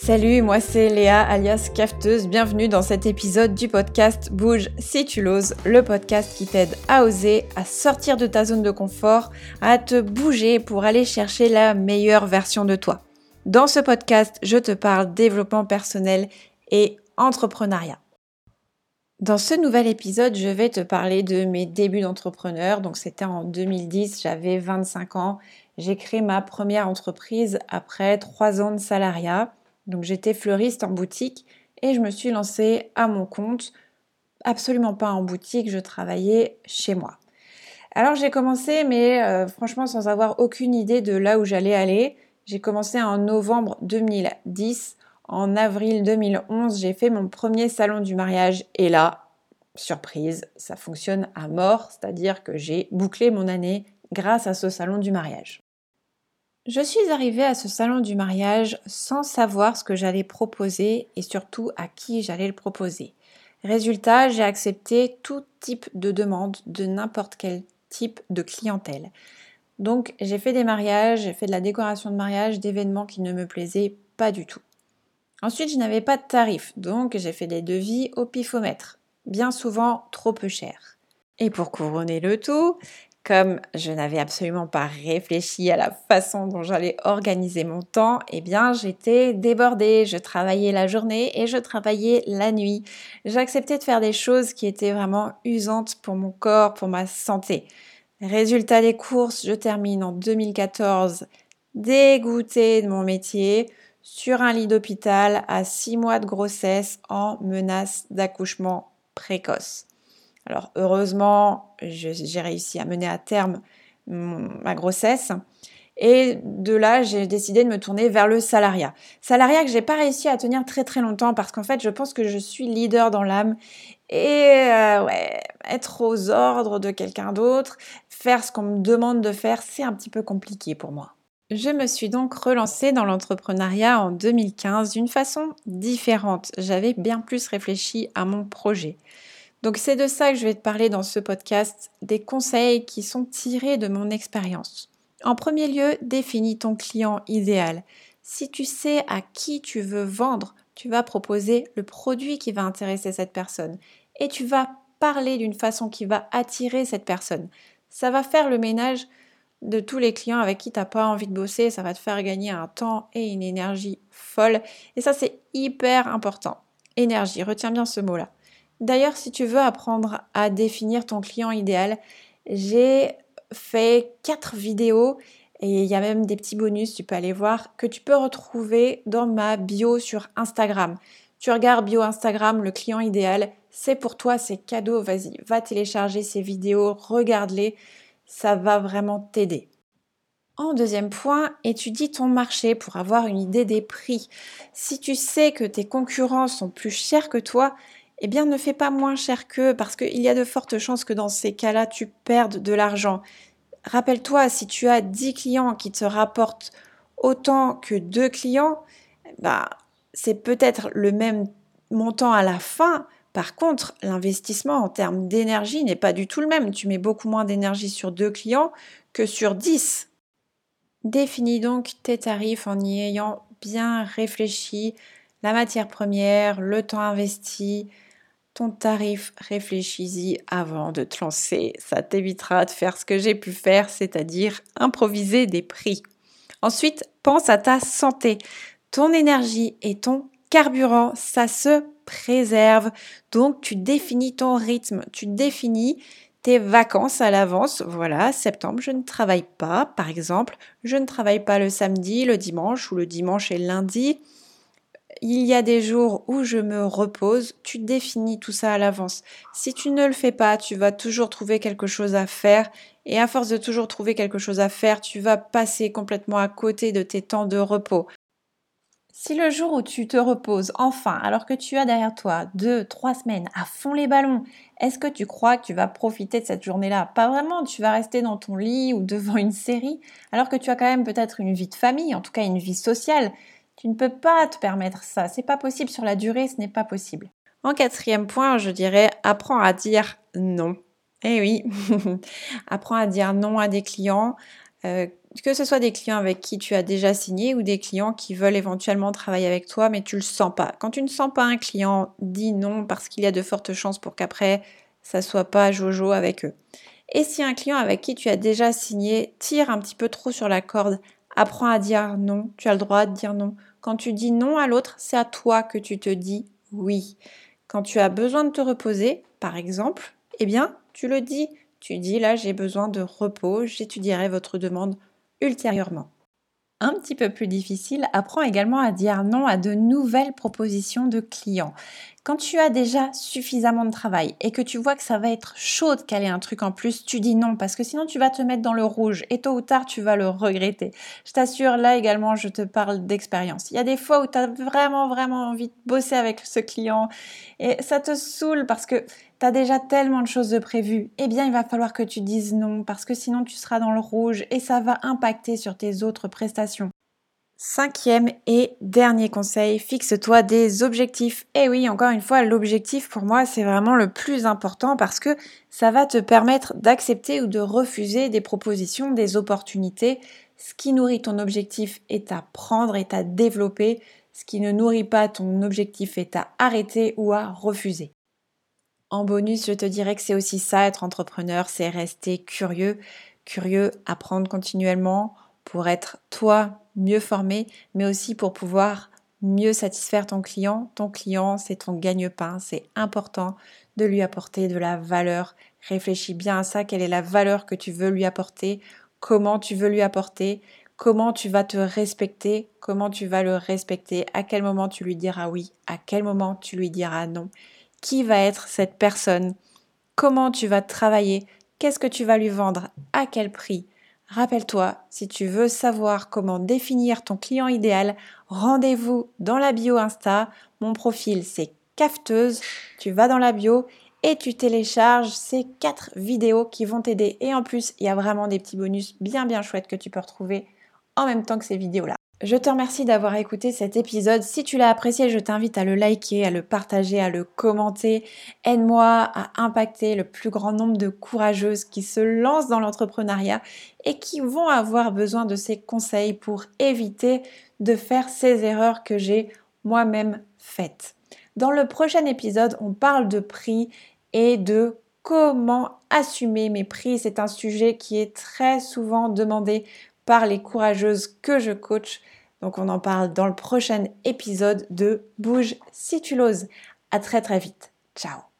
Salut, moi c'est Léa alias Cafeteuse, bienvenue dans cet épisode du podcast Bouge si tu l'oses, le podcast qui t'aide à oser, à sortir de ta zone de confort, à te bouger pour aller chercher la meilleure version de toi. Dans ce podcast, je te parle développement personnel et entrepreneuriat. Dans ce nouvel épisode, je vais te parler de mes débuts d'entrepreneur. Donc c'était en 2010, j'avais 25 ans. J'ai créé ma première entreprise après 3 ans de salariat. Donc j'étais fleuriste en boutique et je me suis lancée à mon compte, absolument pas en boutique, je travaillais chez moi. Alors j'ai commencé, mais franchement sans avoir aucune idée de là où j'allais aller. J'ai commencé en novembre 2010. En avril 2011, j'ai fait mon premier salon du mariage et là, surprise, ça fonctionne à mort, c'est-à-dire que j'ai bouclé mon année grâce à ce salon du mariage. Je suis arrivée à ce salon du mariage sans savoir ce que j'allais proposer et surtout à qui j'allais le proposer. Résultat, j'ai accepté tout type de demande de n'importe quel type de clientèle. Donc j'ai fait des mariages, j'ai fait de la décoration de mariage, d'événements qui ne me plaisaient pas du tout. Ensuite, je n'avais pas de tarif, donc j'ai fait des devis au pifomètre, bien souvent trop peu cher. Et pour couronner le tout, comme je n'avais absolument pas réfléchi à la façon dont j'allais organiser mon temps, eh bien j'étais débordée, je travaillais la journée et je travaillais la nuit. J'acceptais de faire des choses qui étaient vraiment usantes pour mon corps, pour ma santé. Résultat des courses, je termine en 2014 dégoûtée de mon métier, sur un lit d'hôpital à 6 mois de grossesse en menace d'accouchement précoce. Alors heureusement, j'ai réussi à mener à terme ma grossesse et de là, j'ai décidé de me tourner vers le salariat. Salariat que j'ai pas réussi à tenir très très longtemps parce qu'en fait, je pense que je suis leader dans l'âme et être aux ordres de quelqu'un d'autre, faire ce qu'on me demande de faire, c'est un petit peu compliqué pour moi. Je me suis donc relancée dans l'entrepreneuriat en 2015 d'une façon différente. J'avais bien plus réfléchi à mon projet. Donc c'est de ça que je vais te parler dans ce podcast, des conseils qui sont tirés de mon expérience. En premier lieu, définis ton client idéal. Si tu sais à qui tu veux vendre, tu vas proposer le produit qui va intéresser cette personne et tu vas parler d'une façon qui va attirer cette personne. Ça va faire le ménage de tous les clients avec qui tu n'as pas envie de bosser, ça va te faire gagner un temps et une énergie folle. Et ça, c'est hyper important. Énergie, retiens bien ce mot-là. D'ailleurs, si tu veux apprendre à définir ton client idéal, j'ai fait 4 vidéos et il y a même des petits bonus, tu peux aller voir, que tu peux retrouver dans ma bio sur Instagram. Tu regardes bio Instagram, le client idéal, c'est pour toi, c'est cadeau, vas-y, va télécharger ces vidéos, regarde-les, ça va vraiment t'aider. En deuxième point, étudie ton marché pour avoir une idée des prix. Si tu sais que tes concurrents sont plus chers que toi, eh bien ne fais pas moins cher qu'eux parce qu'il y a de fortes chances que dans ces cas-là, tu perdes de l'argent. Rappelle-toi, si tu as 10 clients qui te rapportent autant que 2 clients, bah, c'est peut-être le même montant à la fin. Par contre, l'investissement en termes d'énergie n'est pas du tout le même. Tu mets beaucoup moins d'énergie sur 2 clients que sur 10. Définis donc tes tarifs en y ayant bien réfléchi, la matière première, le temps investi, ton tarif, réfléchis-y avant de te lancer. Ça t'évitera de faire ce que j'ai pu faire, c'est-à-dire improviser des prix. Ensuite, pense à ta santé. Ton énergie et ton carburant, ça se préserve. Donc, tu définis ton rythme, tu définis tes vacances à l'avance. Voilà, septembre, je ne travaille pas, par exemple. Je ne travaille pas le samedi, le dimanche ou le dimanche et le lundi. Il y a des jours où je me repose, tu définis tout ça à l'avance. Si tu ne le fais pas, tu vas toujours trouver quelque chose à faire et à force de toujours trouver quelque chose à faire, tu vas passer complètement à côté de tes temps de repos. Si le jour où tu te reposes enfin, alors que tu as derrière toi 2, 3 semaines à fond les ballons, est-ce que tu crois que tu vas profiter de cette journée-là? Pas vraiment, tu vas rester dans ton lit ou devant une série, alors que tu as quand même peut-être une vie de famille, en tout cas une vie sociale. Tu ne peux pas te permettre ça, c'est pas possible sur la durée, ce n'est pas possible. En quatrième point, je dirais apprends à dire non. Eh oui, apprends à dire non à des clients. que ce soit des clients avec qui tu as déjà signé ou des clients qui veulent éventuellement travailler avec toi, mais tu le sens pas. Quand tu ne sens pas un client, dis non parce qu'il y a de fortes chances pour qu'après, ça soit pas jojo avec eux. Et si un client avec qui tu as déjà signé tire un petit peu trop sur la corde, apprends à dire non, tu as le droit de dire non. Quand tu dis non à l'autre, c'est à toi que tu te dis oui. Quand tu as besoin de te reposer, par exemple, eh bien, tu le dis. Tu dis là, j'ai besoin de repos, j'étudierai votre demande ultérieurement. Un petit peu plus difficile, apprends également à dire non à de nouvelles propositions de clients. Quand tu as déjà suffisamment de travail et que tu vois que ça va être chaud de caler un truc en plus, tu dis non parce que sinon tu vas te mettre dans le rouge et tôt ou tard tu vas le regretter. Je t'assure, là également je te parle d'expérience. Il y a des fois où tu as vraiment envie de bosser avec ce client et ça te saoule parce que tu as déjà tellement de choses de prévues. Eh bien il va falloir que tu dises non parce que sinon tu seras dans le rouge et ça va impacter sur tes autres prestations. Cinquième et dernier conseil, fixe-toi des objectifs. Et oui, encore une fois, l'objectif pour moi, c'est vraiment le plus important parce que ça va te permettre d'accepter ou de refuser des propositions, des opportunités. Ce qui nourrit ton objectif est à prendre et à développer. Ce qui ne nourrit pas ton objectif est à arrêter ou à refuser. En bonus, je te dirais que c'est aussi ça, être entrepreneur, c'est rester curieux, apprendre continuellement pour être toi mieux formé, mais aussi pour pouvoir mieux satisfaire ton client. Ton client, c'est ton gagne-pain, c'est important de lui apporter de la valeur. Réfléchis bien à ça, quelle est la valeur que tu veux lui apporter, comment tu veux lui apporter, comment tu vas te respecter, comment tu vas le respecter, à quel moment tu lui diras oui, à quel moment tu lui diras non. Qui va être cette personne? Comment tu vas travailler? Qu'est-ce que tu vas lui vendre? À quel prix? Rappelle-toi, si tu veux savoir comment définir ton client idéal, rendez-vous dans la bio Insta. Mon profil, c'est Cafeteuse. Tu vas dans la bio et tu télécharges ces 4 vidéos qui vont t'aider. Et en plus, il y a vraiment des petits bonus bien chouettes que tu peux retrouver en même temps que ces vidéos-là. Je te remercie d'avoir écouté cet épisode. Si tu l'as apprécié, je t'invite à le liker, à le partager, à le commenter. Aide-moi à impacter le plus grand nombre de courageuses qui se lancent dans l'entrepreneuriat et qui vont avoir besoin de ces conseils pour éviter de faire ces erreurs que j'ai moi-même faites. Dans le prochain épisode, on parle de prix et de comment assumer mes prix. C'est un sujet qui est très souvent demandé par les courageuses que je coach. Donc on en parle dans le prochain épisode de Bouge si tu l'oses. À très vite. Ciao.